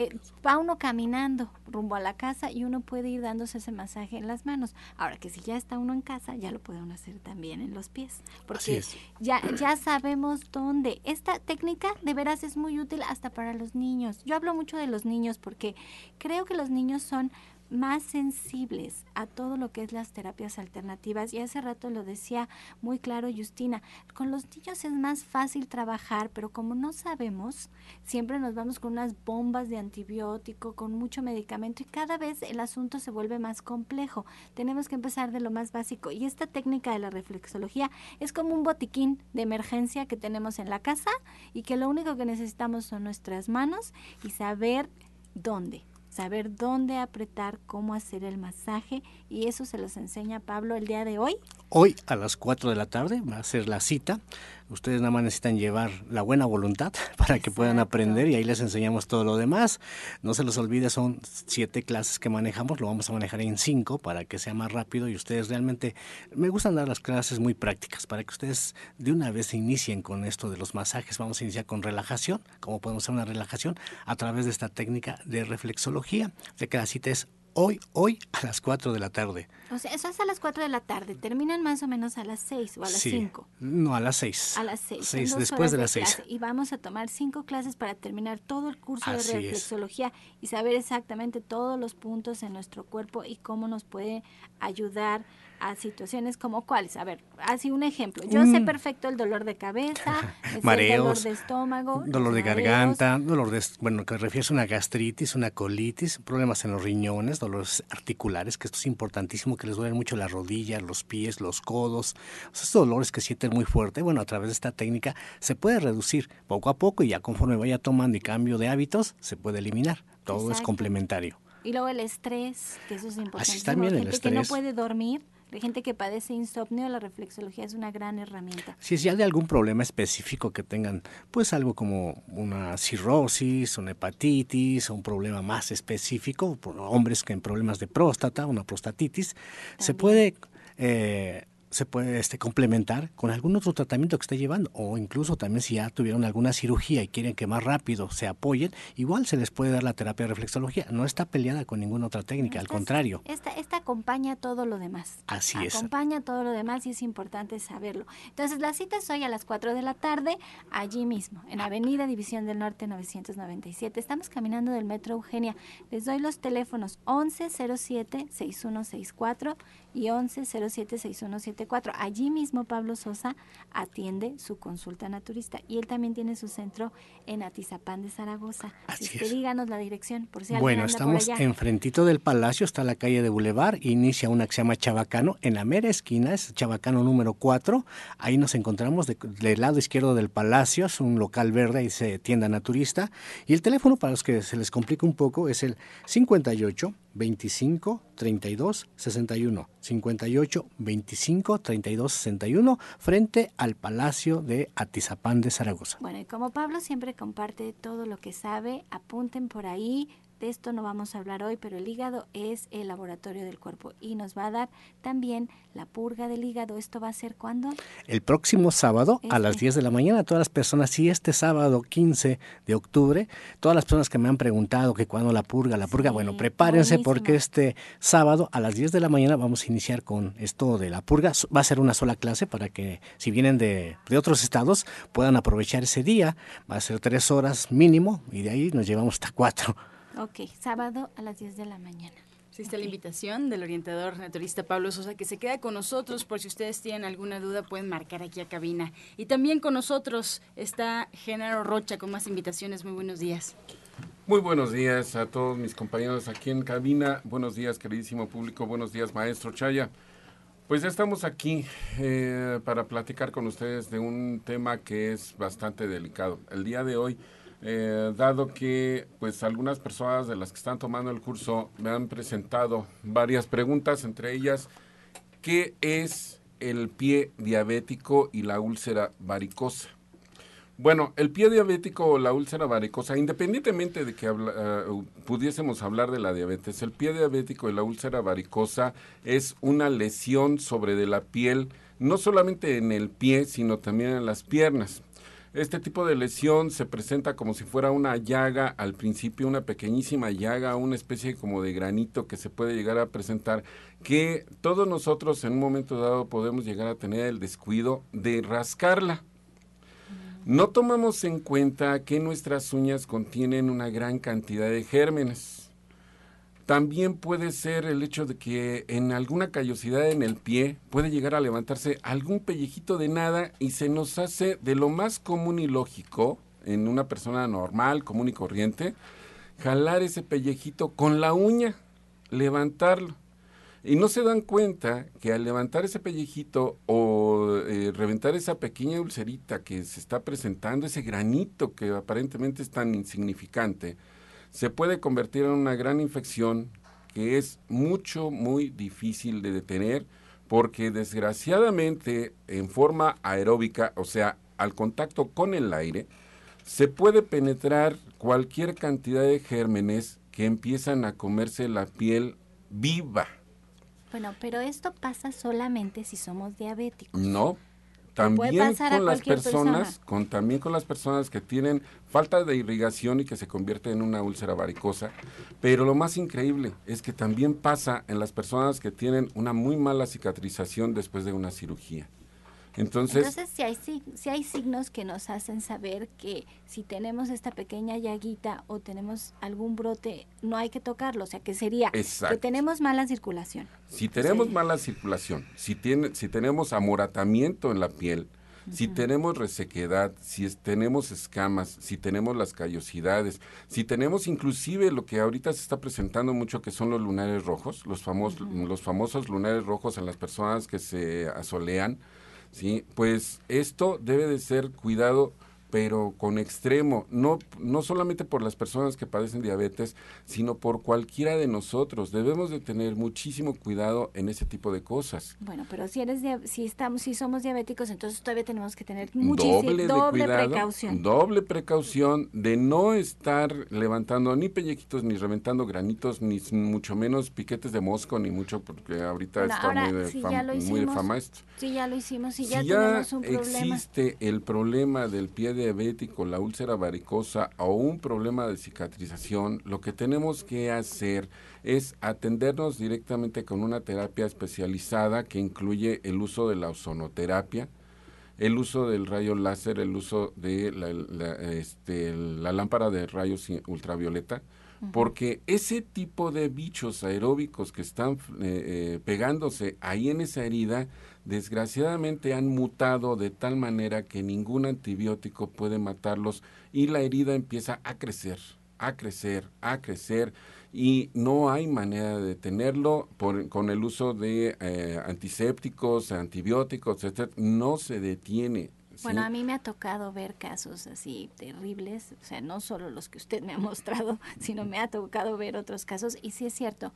Va uno caminando rumbo a la casa y uno puede ir dándose ese masaje en las manos. Ahora que si ya está uno en casa, ya lo puede uno hacer también en los pies. Porque ya sabemos dónde. Esta técnica de veras es muy útil hasta para los niños. Yo hablo mucho de los niños porque creo que los niños son más sensibles a todo lo que es las terapias alternativas y hace rato lo decía muy claro Justina, con los niños es más fácil trabajar, pero como no sabemos, siempre nos vamos con unas bombas de antibiótico, con mucho medicamento y cada vez el asunto se vuelve más complejo. Tenemos que empezar de lo más básico y esta técnica de la reflexología es como un botiquín de emergencia que tenemos en la casa y que lo único que necesitamos son nuestras manos y saber dónde apretar, cómo hacer el masaje y eso se los enseña Pablo el día de hoy. Hoy a las 4 de la tarde va a ser la cita. Ustedes nada más necesitan llevar la buena voluntad para que puedan aprender y ahí les enseñamos todo lo demás. No se los olvide, son 7 clases que manejamos, lo vamos a manejar en 5 para que sea más rápido y ustedes realmente, me gustan dar las clases muy prácticas para que ustedes de una vez se inicien con esto de los masajes. Vamos a iniciar con relajación, cómo podemos hacer una relajación a través de esta técnica de reflexología. O sea que la cita es hoy a las 4 de la tarde. O sea, eso es a las 4 de la tarde. ¿Terminan más o menos a las 6 o a las 5? No, a las 6. A las 6. 6 después de las 6. Y vamos a tomar 5 clases para terminar todo el curso de reflexología y saber exactamente todos los puntos en nuestro cuerpo y cómo nos puede ayudar a situaciones como cuáles. A ver, así un ejemplo. Yo sé perfecto el dolor de cabeza, mareos, el dolor de estómago, dolor de garganta, que refieres a una gastritis, una colitis, problemas en los riñones, dolores articulares, que esto es importantísimo, que les duelen mucho las rodillas, los pies, los codos, esos dolores que sienten muy fuerte. Bueno, a través de esta técnica se puede reducir poco a poco y ya conforme vaya tomando y cambio de hábitos, se puede eliminar. Todo es complementario. Y luego el estrés, que eso es importante. Así también el gente estrés. que no puede dormir, La gente que padece insomnio, la reflexología es una gran herramienta. Si es ya de algún problema específico que tengan, pues algo como una cirrosis, una hepatitis, o un problema más específico, por hombres que en problemas de próstata, una prostatitis, se puede complementar con algún otro tratamiento que esté llevando, o incluso también si ya tuvieron alguna cirugía y quieren que más rápido se apoyen, igual se les puede dar la terapia de reflexología. No está peleada con ninguna otra técnica, al contrario. Esta acompaña todo lo demás. Así es. Acompaña todo lo demás y es importante saberlo. Entonces, la cita es hoy a las 4 de la tarde, allí mismo, en Avenida División del Norte 997. Estamos caminando del Metro Eugenia. Les doy los teléfonos 1107-6164 y 1107-6174. Allí mismo Pablo Sosa atiende su consulta naturista y él también tiene su centro en Atizapán de Zaragoza. Así es. Díganos la dirección por si alguien Bueno, anda estamos por allá. enfrentito del Palacio, está la calle de Boulevard, inicia una que se llama Chabacano, en la mera esquina es Chabacano número 4, ahí nos encontramos del lado izquierdo del Palacio, es un local verde, ahí dice tienda naturista, y el teléfono para los que se les complica un poco es el 58 25 32 61, 58 25 32 61, frente al Palacio de Atizapán de Zaragoza. Bueno, y como Pablo siempre comparte todo lo que sabe, apunten por ahí. De esto no vamos a hablar hoy, pero el hígado es el laboratorio del cuerpo y nos va a dar también la purga del hígado. ¿Esto va a ser cuándo? El próximo sábado a las 10 de la mañana. Todas las personas, sí, este sábado 15 de octubre, todas las personas que me han preguntado que cuándo la purga, bueno, prepárense porque este sábado a las 10 de la mañana vamos a iniciar con esto de la purga. Va a ser una sola clase para que si vienen de otros estados puedan aprovechar ese día. Va a ser 3 horas mínimo y de ahí nos llevamos hasta 4. Ok, sábado a las 10 de la mañana. Sí, está la invitación del orientador naturista Pablo Sosa, que se queda con nosotros. Por si ustedes tienen alguna duda, pueden marcar aquí a cabina. Y también con nosotros está Genaro Rocha con más invitaciones. Muy buenos días. Muy buenos días a todos mis compañeros aquí en cabina. Buenos días, queridísimo público. Buenos días, maestro Chaya. Pues ya estamos aquí para platicar con ustedes de un tema que es bastante delicado. El día de hoy, dado que pues algunas personas de las que están tomando el curso me han presentado varias preguntas, entre ellas, ¿qué es el pie diabético y la úlcera varicosa? Bueno, el pie diabético o la úlcera varicosa, independientemente de que pudiésemos hablar de la diabetes, el pie diabético y la úlcera varicosa es una lesión sobre de la piel, no solamente en el pie, sino también en las piernas. Este tipo de lesión se presenta como si fuera una llaga, al principio una pequeñísima llaga, una especie como de granito que se puede llegar a presentar, que todos nosotros en un momento dado podemos llegar a tener el descuido de rascarla. No tomamos en cuenta que nuestras uñas contienen una gran cantidad de gérmenes. También puede ser el hecho de que en alguna callosidad en el pie puede llegar a levantarse algún pellejito de nada y se nos hace de lo más común y lógico en una persona normal, común y corriente, jalar ese pellejito con la uña, levantarlo. Y no se dan cuenta que al levantar ese pellejito o reventar esa pequeña ulcerita que se está presentando, ese granito que aparentemente es tan insignificante, se puede convertir en una gran infección que es muy difícil de detener porque desgraciadamente en forma aeróbica, o sea, al contacto con el aire, se puede penetrar cualquier cantidad de gérmenes que empiezan a comerse la piel viva. Bueno, pero esto pasa solamente si somos diabéticos. No, también con las personas, también con las personas que tienen falta de irrigación y que se convierte en una úlcera varicosa. Pero lo más increíble es que también pasa en las personas que tienen una muy mala cicatrización después de una cirugía. Entonces si hay signos que nos hacen saber que si tenemos esta pequeña llaguita o tenemos algún brote, no hay que tocarlo, o sea, que sería que tenemos mala circulación. Si tenemos mala circulación, si tenemos amoratamiento en la piel, si tenemos resequedad, si tenemos escamas, si tenemos las callosidades, si tenemos inclusive lo que ahorita se está presentando mucho que son los lunares rojos, los famosos lunares rojos en las personas que se asolean, ¿sí? Pues esto debe de ser cuidado pero con extremo, no solamente por las personas que padecen diabetes, sino por cualquiera de nosotros. Debemos de tener muchísimo cuidado en ese tipo de cosas. Bueno, pero si somos diabéticos, entonces todavía tenemos que tener doble precaución. Doble precaución de no estar levantando ni pellejitos, ni reventando granitos, ni mucho menos piquetes de mosco, ni mucho, porque ahorita está muy de fama esto. Sí, ya lo hicimos, si ya tenemos un problema. Existe el problema del pie diabético, la úlcera varicosa o un problema de cicatrización, lo que tenemos que hacer es atendernos directamente con una terapia especializada que incluye el uso de la ozonoterapia, el uso del rayo láser, el uso de la lámpara de rayos ultravioleta, porque ese tipo de bichos aeróbicos que están pegándose ahí en esa herida, desgraciadamente han mutado de tal manera que ningún antibiótico puede matarlos y la herida empieza a crecer, y no hay manera de detenerlo con el uso de antisépticos, antibióticos, etcétera. No se detiene. ¿Sí? Bueno, a mí me ha tocado ver casos así terribles, o sea, no solo los que usted me ha mostrado, sino me ha tocado ver otros casos, y sí es cierto,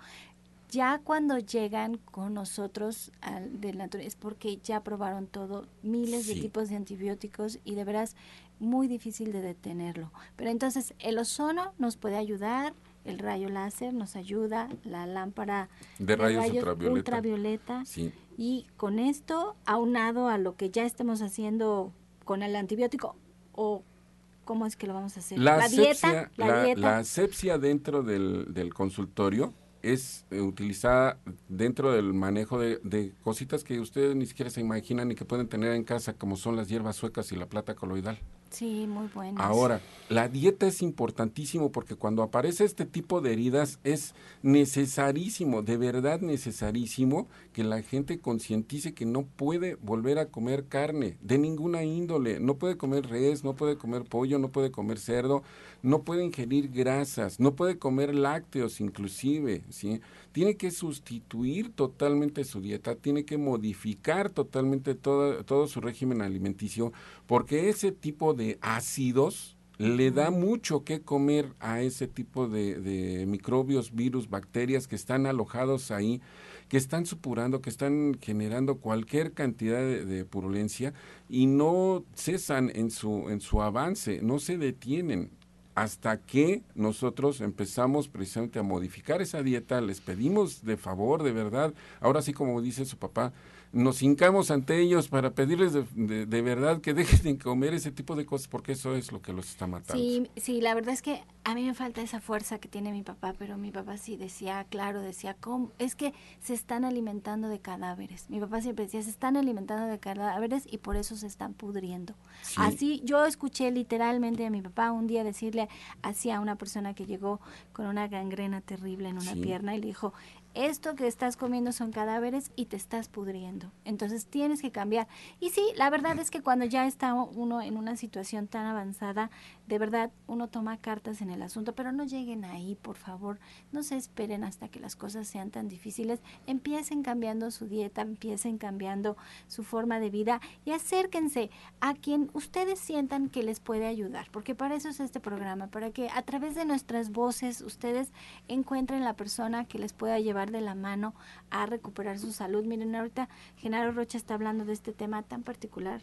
ya cuando llegan con nosotros del natural es porque ya probaron todo, miles de tipos de antibióticos, y de veras muy difícil de detenerlo. Pero entonces el ozono nos puede ayudar, el rayo láser nos ayuda, la lámpara de rayos ultravioleta. Sí. Y con esto, aunado a lo que ya estemos haciendo con el antibiótico, o ¿cómo es que lo vamos a hacer? La dieta. La asepsia dentro del consultorio es utilizada dentro del manejo de cositas que ustedes ni siquiera se imaginan y que pueden tener en casa, como son las hierbas suecas y la plata coloidal. Sí, muy buenas. Ahora, la dieta es importantísimo porque cuando aparece este tipo de heridas es necesarísimo, de verdad necesarísimo, que la gente concientice que no puede volver a comer carne de ninguna índole. No puede comer res, no puede comer pollo, no puede comer cerdo, no puede ingerir grasas, no puede comer lácteos inclusive, ¿sí? Tiene que sustituir totalmente su dieta, tiene que modificar totalmente todo su régimen alimenticio, porque ese tipo de ácidos le da mucho que comer a ese tipo de microbios, virus, bacterias que están alojados ahí, que están supurando, que están generando cualquier cantidad de purulencia y no cesan en su avance, no se detienen. Hasta que nosotros empezamos precisamente a modificar esa dieta, les pedimos de favor, de verdad, ahora sí como dice su papá, nos hincamos ante ellos para pedirles de verdad que dejen de comer ese tipo de cosas, porque eso es lo que los está matando. Sí, la verdad es que a mí me falta esa fuerza que tiene mi papá, pero mi papá sí decía, ¿cómo? Es que se están alimentando de cadáveres. Mi papá siempre decía, se están alimentando de cadáveres y por eso se están pudriendo. Sí. Así, yo escuché literalmente a mi papá un día decirle así a una persona que llegó con una gangrena terrible en una pierna y le dijo, esto que estás comiendo son cadáveres y te estás pudriendo. Entonces tienes que cambiar. Y sí, la verdad es que cuando ya está uno en una situación tan avanzada, de verdad uno toma cartas en el asunto, pero no lleguen ahí, por favor. No se esperen hasta que las cosas sean tan difíciles. Empiecen cambiando su dieta, empiecen cambiando su forma de vida y acérquense a quien ustedes sientan que les puede ayudar, porque para eso es este programa, para que a través de nuestras voces ustedes encuentren la persona que les pueda llevar de la mano a recuperar su salud. Miren, ahorita Genaro Rocha está hablando de este tema tan particular,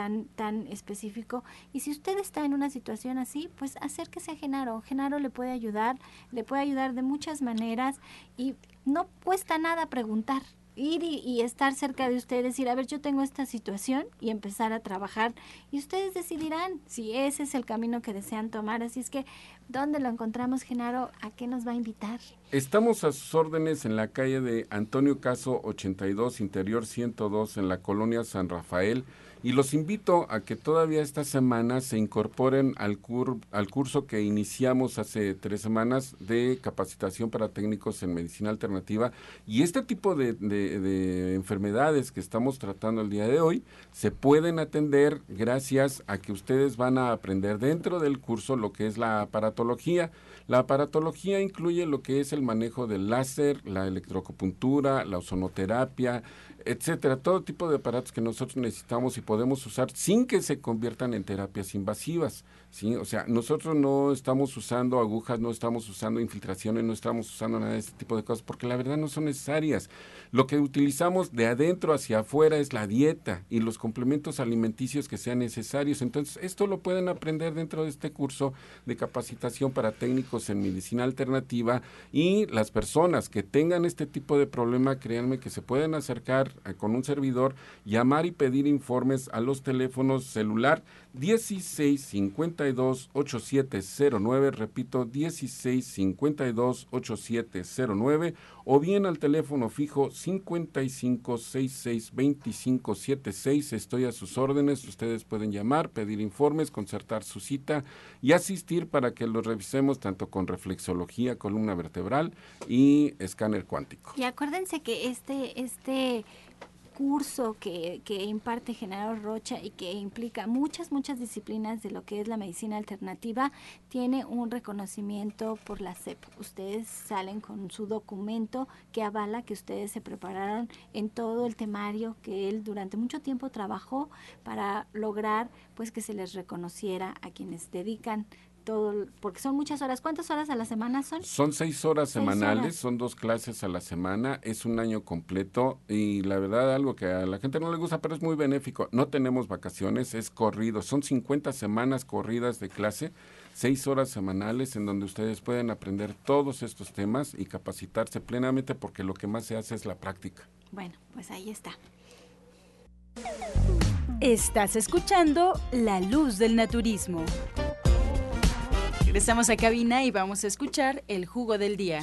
tan específico, y si usted está en una situación así, pues acérquese a Genaro. Genaro le puede ayudar de muchas maneras y no cuesta nada preguntar. Ir y estar cerca de ustedes, decir, a ver, yo tengo esta situación y empezar a trabajar y ustedes decidirán si ese es el camino que desean tomar. Así es que, ¿dónde lo encontramos, Genaro? ¿A qué nos va a invitar? Estamos a sus órdenes en la calle de Antonio Caso 82, Interior 102, en la colonia San Rafael, y los invito a que todavía esta semana se incorporen al curso que iniciamos hace 3 semanas de capacitación para técnicos en medicina alternativa, y este tipo de enfermedades que estamos tratando el día de hoy se pueden atender gracias a que ustedes van a aprender dentro del curso lo que es la aparatología. La aparatología incluye lo que es el manejo del láser, la electroacupuntura, la ozonoterapia, etcétera, todo tipo de aparatos que nosotros necesitamos y podemos usar sin que se conviertan en terapias invasivas, ¿sí? O sea, nosotros no estamos usando agujas, no estamos usando infiltraciones, no estamos usando nada de este tipo de cosas, porque la verdad no son necesarias. Lo que utilizamos de adentro hacia afuera es la dieta y los complementos alimenticios que sean necesarios. Entonces, esto lo pueden aprender dentro de este curso de capacitación para técnicos en medicina alternativa, y las personas que tengan este tipo de problema, créanme que se pueden acercar con un servidor, llamar y pedir informes a los teléfonos celular 1652-8709, repito, 1652-8709, o bien al teléfono fijo 55662576. Estoy a sus órdenes, ustedes pueden llamar, pedir informes, concertar su cita y asistir para que los revisemos tanto con reflexología, columna vertebral y escáner cuántico. Y acuérdense que este curso que imparte Genaro Rocha y que implica muchas disciplinas de lo que es la medicina alternativa, tiene un reconocimiento por la SEP. Ustedes salen con su documento que avala que ustedes se prepararon en todo el temario que él durante mucho tiempo trabajó para lograr pues que se les reconociera a quienes dedican todo, porque son muchas horas. ¿Cuántas horas a la semana son? Son 6 horas semanales, son 2 clases a la semana, es un año completo, y la verdad algo que a la gente no le gusta, pero es muy benéfico. No tenemos vacaciones, es corrido, son 50 semanas corridas de clase, 6 horas semanales en donde ustedes pueden aprender todos estos temas y capacitarse plenamente, porque lo que más se hace es la práctica. Bueno, pues ahí está. Estás escuchando La Luz del Naturismo. Regresamos a cabina y vamos a escuchar el jugo del día.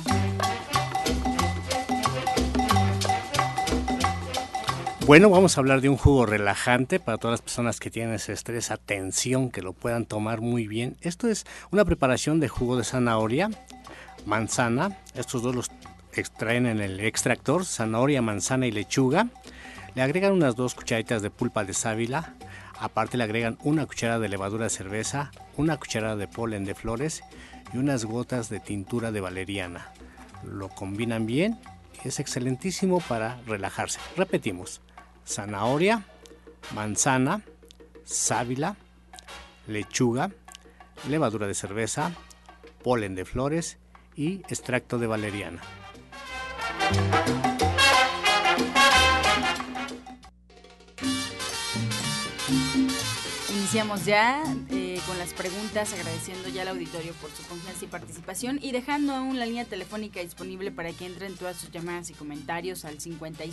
Bueno, vamos a hablar de un jugo relajante para todas las personas que tienen ese estrés, atención, que lo puedan tomar muy bien. Esto es una preparación de jugo de zanahoria, manzana. Estos dos los extraen en el extractor, zanahoria, manzana y lechuga. Le agregan unas 2 cucharaditas de pulpa de sábila. Aparte le agregan una cucharada de levadura de cerveza, una cucharada de polen de flores y unas gotas de tintura de valeriana. Lo combinan bien y es excelentísimo para relajarse. Repetimos: zanahoria, manzana, sábila, lechuga, levadura de cerveza, polen de flores y extracto de valeriana. Iniciamos ya con las preguntas, agradeciendo ya al auditorio por su confianza y participación y dejando aún la línea telefónica disponible para que entren todas sus llamadas y comentarios al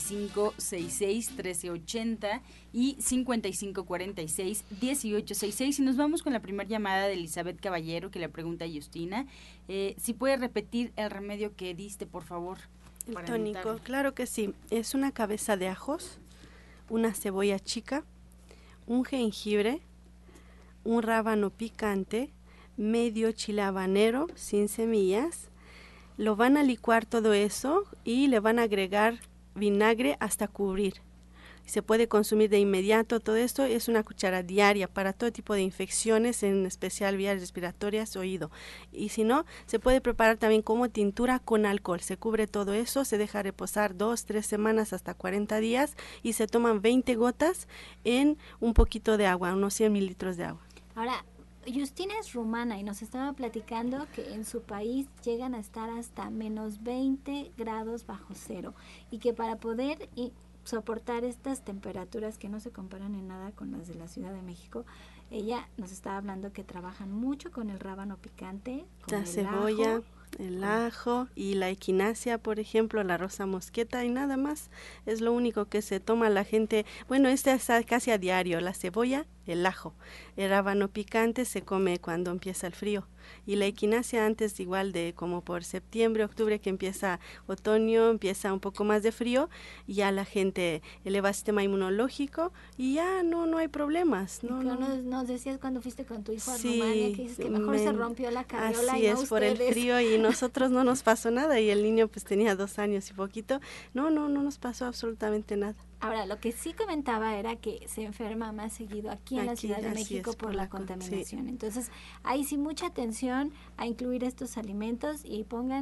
5566-1380 y 5546-1866. Y nos vamos con la primera llamada de Elizabeth Caballero, que le pregunta a Justina si puede repetir el remedio que diste, por favor. El tónico, claro que sí. Es una cabeza de ajos, una cebolla chica, un jengibre, un rábano picante, medio chile habanero sin semillas. Lo van a licuar todo eso y le van a agregar vinagre hasta cubrir. Se puede consumir de inmediato. Todo esto es una cuchara diaria para todo tipo de infecciones, en especial vías respiratorias, oído. Y si no, se puede preparar también como tintura con alcohol. Se cubre todo eso, se deja reposar 2-3 semanas hasta 40 días y se toman 20 gotas en un poquito de agua, unos 100 mililitros de agua. Ahora, Justina es rumana y nos estaba platicando que en su país llegan a estar hasta menos 20 grados bajo cero y que para poder soportar estas temperaturas que no se comparan en nada con las de la Ciudad de México, ella nos estaba hablando que trabajan mucho con el rábano picante, con la cebolla, el ajo y la equinacia, por ejemplo, la rosa mosqueta, y nada más. Es lo único que se toma la gente. Bueno, es casi a diario: la cebolla, el ajo. El rábano picante se come cuando empieza el frío, y la equinacia antes, igual de como por septiembre, octubre, que empieza otoño, empieza un poco más de frío, y ya la gente eleva el sistema inmunológico y ya no hay problemas. Nos decías cuando fuiste con tu hijo a Rumania, que dices que mejor se rompió la carriola. Así es, por el frío, y nosotros no nos pasó nada, y el niño pues tenía 2 años y poquito. No nos pasó absolutamente nada. Ahora, lo que sí comentaba era que se enferma más seguido aquí en la Ciudad de México por la contaminación. Sí. Entonces, ahí sí mucha atención a incluir estos alimentos y pongan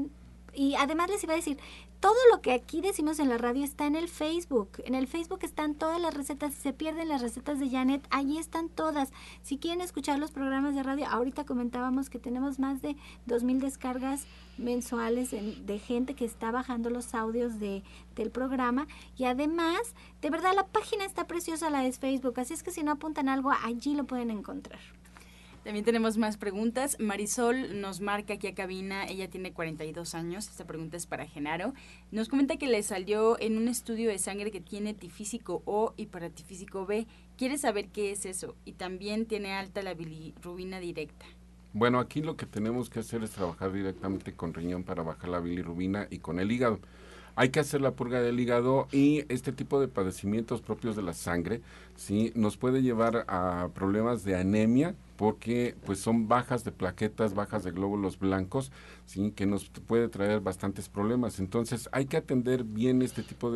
Y además les iba a decir, todo lo que aquí decimos en la radio está en el Facebook. En el Facebook están todas las recetas. Si se pierden las recetas de Janet, allí están todas. Si quieren escuchar los programas de radio, ahorita comentábamos que tenemos más de 2,000 descargas mensuales de gente que está bajando los audios del programa. Y además, de verdad, la página está preciosa, la de Facebook. Así es que si no apuntan algo, allí lo pueden encontrar. También tenemos más preguntas. Marisol nos marca aquí a cabina, ella tiene 42 años, esta pregunta es para Genaro. Nos comenta que le salió en un estudio de sangre que tiene tifísico O y paratifísico B. Quiere saber qué es eso y también tiene alta la bilirrubina directa. Bueno, aquí lo que tenemos que hacer es trabajar directamente con riñón para bajar la bilirrubina y con el hígado. Hay que hacer la purga del hígado y este tipo de padecimientos propios de la sangre, ¿sí?, nos puede llevar a problemas de anemia, porque pues son bajas de plaquetas, bajas de glóbulos blancos, ¿sí?, que nos puede traer bastantes problemas. Entonces hay que atender bien este tipo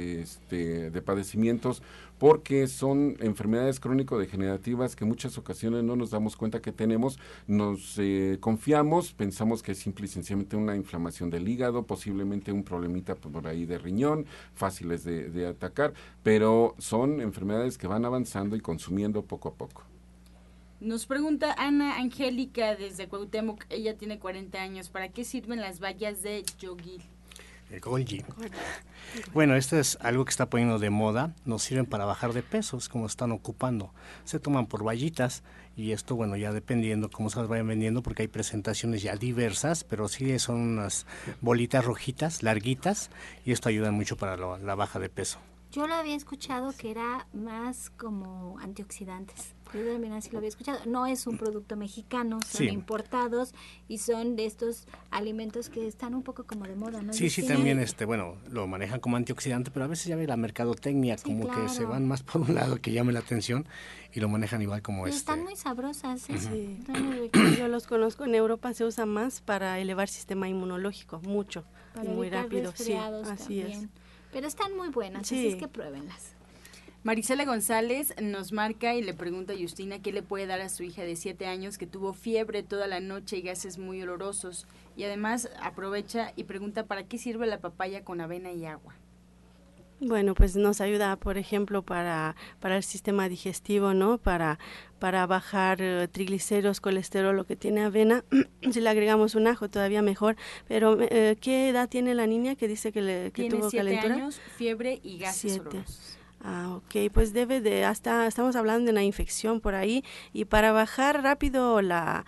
de padecimientos, porque son enfermedades crónico-degenerativas que en muchas ocasiones no nos damos cuenta que tenemos, nos confiamos, pensamos que es simple y sencillamente una inflamación del hígado, posiblemente un problemita por ahí de riñón, fáciles de atacar, pero son enfermedades que van avanzando y consumiendo poco a poco. Nos pregunta Ana Angélica desde Cuauhtémoc, ella tiene 40 años, ¿para qué sirven las bayas de Yogil? El Golgi. Bueno, esto es algo que está poniendo de moda, nos sirven para bajar de pesos, como están ocupando. Se toman por bayitas y esto, bueno, ya dependiendo cómo se las vayan vendiendo, porque hay presentaciones ya diversas, pero sí son unas bolitas rojitas, larguitas, y esto ayuda mucho para la baja de peso. Yo lo había escuchado que era más como antioxidantes. Yo también así lo había escuchado. No es un producto mexicano, son importados y son de estos alimentos que están un poco como de moda, ¿no? Sí, también bueno, lo manejan como antioxidante, pero a veces ya ve la mercadotecnia como que se van más por un lado que llame la atención y lo manejan igual como Están muy sabrosas, sí. Yo los conozco, en Europa se usa más para elevar sistema inmunológico, mucho, para y muy rápido. Sí, así es. Pero están muy buenas, así es que pruébenlas. Marisela González nos marca y le pregunta a Justina qué le puede dar a su hija de 7 años que tuvo fiebre toda la noche y gases muy olorosos. Y además aprovecha y pregunta para qué sirve la papaya con avena y agua. Bueno, pues nos ayuda, por ejemplo, para el sistema digestivo, ¿no? Para bajar triglicéridos, colesterol, lo que tiene avena. Si le agregamos un ajo, todavía mejor. Pero, ¿qué edad tiene la niña que dice que tuvo calentura? Tiene 7 años, fiebre y gases olorosos. Ok, pues estamos hablando de una infección por ahí, y para bajar rápido la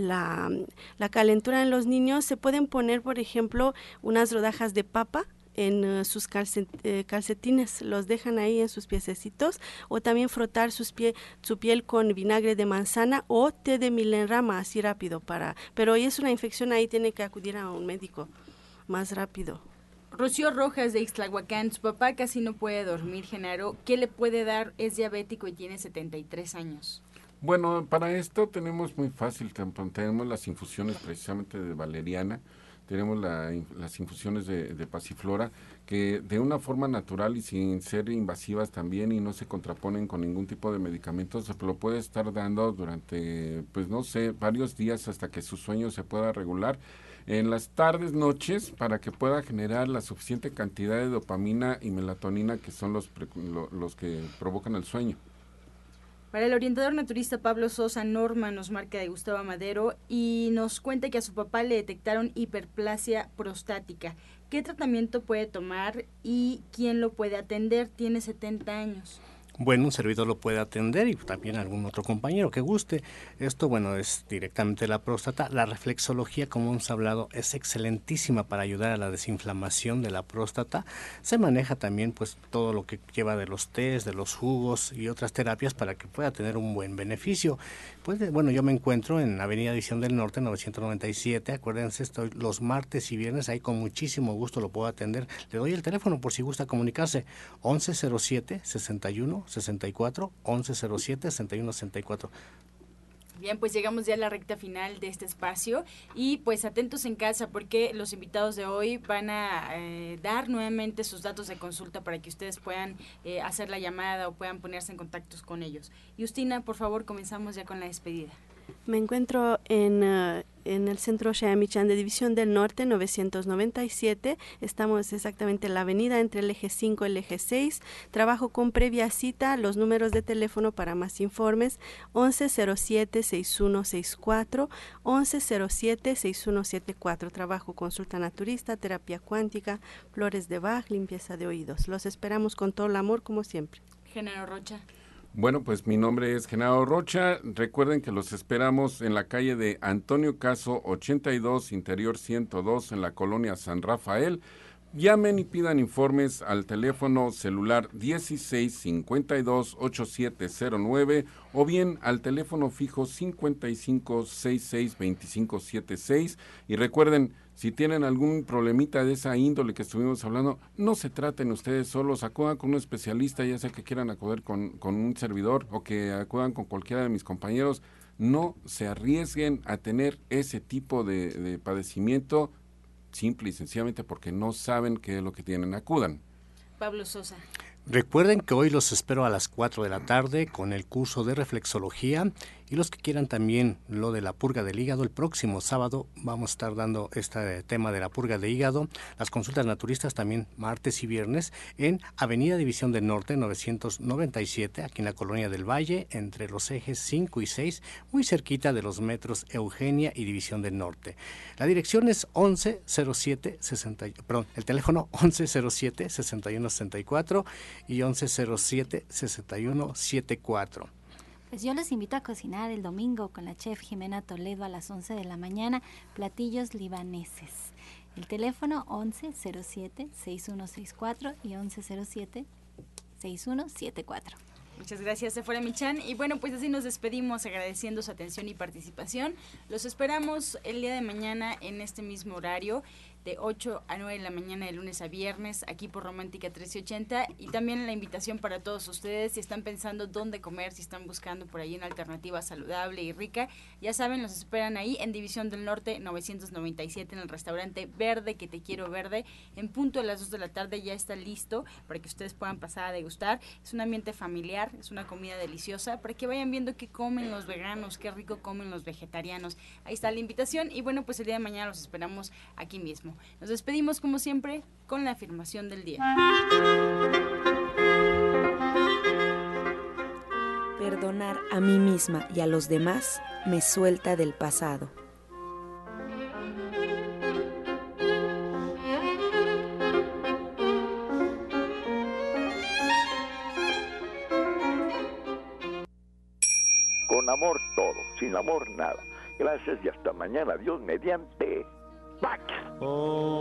calentura en los niños se pueden poner, por ejemplo, unas rodajas de papa en sus calcetines, los dejan ahí en sus piececitos, o también frotar su piel con vinagre de manzana o té de milenrama, así rápido pero hoy es una infección, ahí tiene que acudir a un médico más rápido. Rocío Rojas de Ixtlahuacán, su papá casi no puede dormir, Genaro, ¿qué le puede dar? Es diabético y tiene 73 años. Bueno, para esto tenemos muy fácil, tenemos las infusiones precisamente de valeriana, tenemos las infusiones de pasiflora, que de una forma natural y sin ser invasivas también y no se contraponen con ningún tipo de medicamentos, se lo puede estar dando durante, pues no sé, varios días hasta que su sueño se pueda regular. En las tardes, noches, para que pueda generar la suficiente cantidad de dopamina y melatonina que son los que provocan el sueño. Para el orientador naturista Pablo Sosa, Norma nos marca de Gustavo Madero y nos cuenta que a su papá le detectaron hiperplasia prostática. ¿Qué tratamiento puede tomar y quién lo puede atender? Tiene 70 años. Bueno, un servidor lo puede atender y también algún otro compañero que guste. Esto, bueno, es directamente la próstata. La reflexología, como hemos hablado, es excelentísima para ayudar a la desinflamación de la próstata. Se maneja también, pues, todo lo que lleva de los tés, de los jugos y otras terapias para que pueda tener un buen beneficio. Pues, bueno, yo me encuentro en Avenida División del Norte, 997. Acuérdense, estoy los martes y viernes, ahí con muchísimo gusto lo puedo atender. Le doy el teléfono por si gusta comunicarse, 1107-61 64 1107 61 64. Bien, pues llegamos ya a la recta final de este espacio y pues atentos en casa porque los invitados de hoy van a dar nuevamente sus datos de consulta para que ustedes puedan hacer la llamada o puedan ponerse en contacto con ellos. Justina, por favor, comenzamos ya con la despedida. Me encuentro en en el centro Xayamichan de División del Norte 997. Estamos exactamente en la avenida entre el eje 5 y el eje 6. Trabajo con previa cita. Los números de teléfono para más informes: 1107-6164, 1107-6174. Trabajo consulta naturista, terapia cuántica, flores de Bach, limpieza de oídos. Los esperamos con todo el amor, como siempre. Genaro Rocha. Bueno, pues mi nombre es Genaro Rocha. Recuerden que los esperamos en la calle de Antonio Caso 82, interior 102, en la colonia San Rafael. Llamen y pidan informes al teléfono celular 1652-8709 o bien al teléfono fijo 5566-2576. Y recuerden, si tienen algún problemita de esa índole que estuvimos hablando, no se traten ustedes solos, acudan con un especialista, ya sea que quieran acudir con un servidor o que acudan con cualquiera de mis compañeros. No se arriesguen a tener ese tipo de padecimiento, simple y sencillamente porque no saben qué es lo que tienen. Acudan. Pablo Sosa. Recuerden que hoy los espero a las 4 de la tarde con el curso de reflexología, y los que quieran también lo de la purga del hígado, el próximo sábado vamos a estar dando este tema de la purga de hígado, las consultas naturistas también martes y viernes en Avenida División del Norte 997, aquí en la Colonia del Valle, entre los ejes 5 y 6, muy cerquita de los metros Eugenia y División del Norte. La dirección es el teléfono 1107-6164 y 1107-6174. Pues yo los invito a cocinar el domingo con la chef Jimena Toledo a las 11 de la mañana, platillos libaneses. El teléfono 1107-6164 y 1107-6174. Muchas gracias, Sephora Michan. Y bueno, pues así nos despedimos agradeciendo su atención y participación. Los esperamos el día de mañana en este mismo horario, de 8 a 9 de la mañana de lunes a viernes, aquí por Romántica 1380, y también la invitación para todos ustedes, si están pensando dónde comer, si están buscando por ahí una alternativa saludable y rica, ya saben, los esperan ahí en División del Norte 997, en el restaurante Verde, que te quiero verde, en punto a las 2 de la tarde ya está listo para que ustedes puedan pasar a degustar. Es un ambiente familiar, es una comida deliciosa, para que vayan viendo qué comen los veganos, qué rico comen los vegetarianos. Ahí está la invitación, y bueno, pues el día de mañana los esperamos aquí mismo. Nos despedimos como siempre con la afirmación del día. Perdonar a mí misma y a los demás me suelta del pasado. Con amor todo, sin amor nada. Gracias y hasta mañana. Dios mediante. Pax.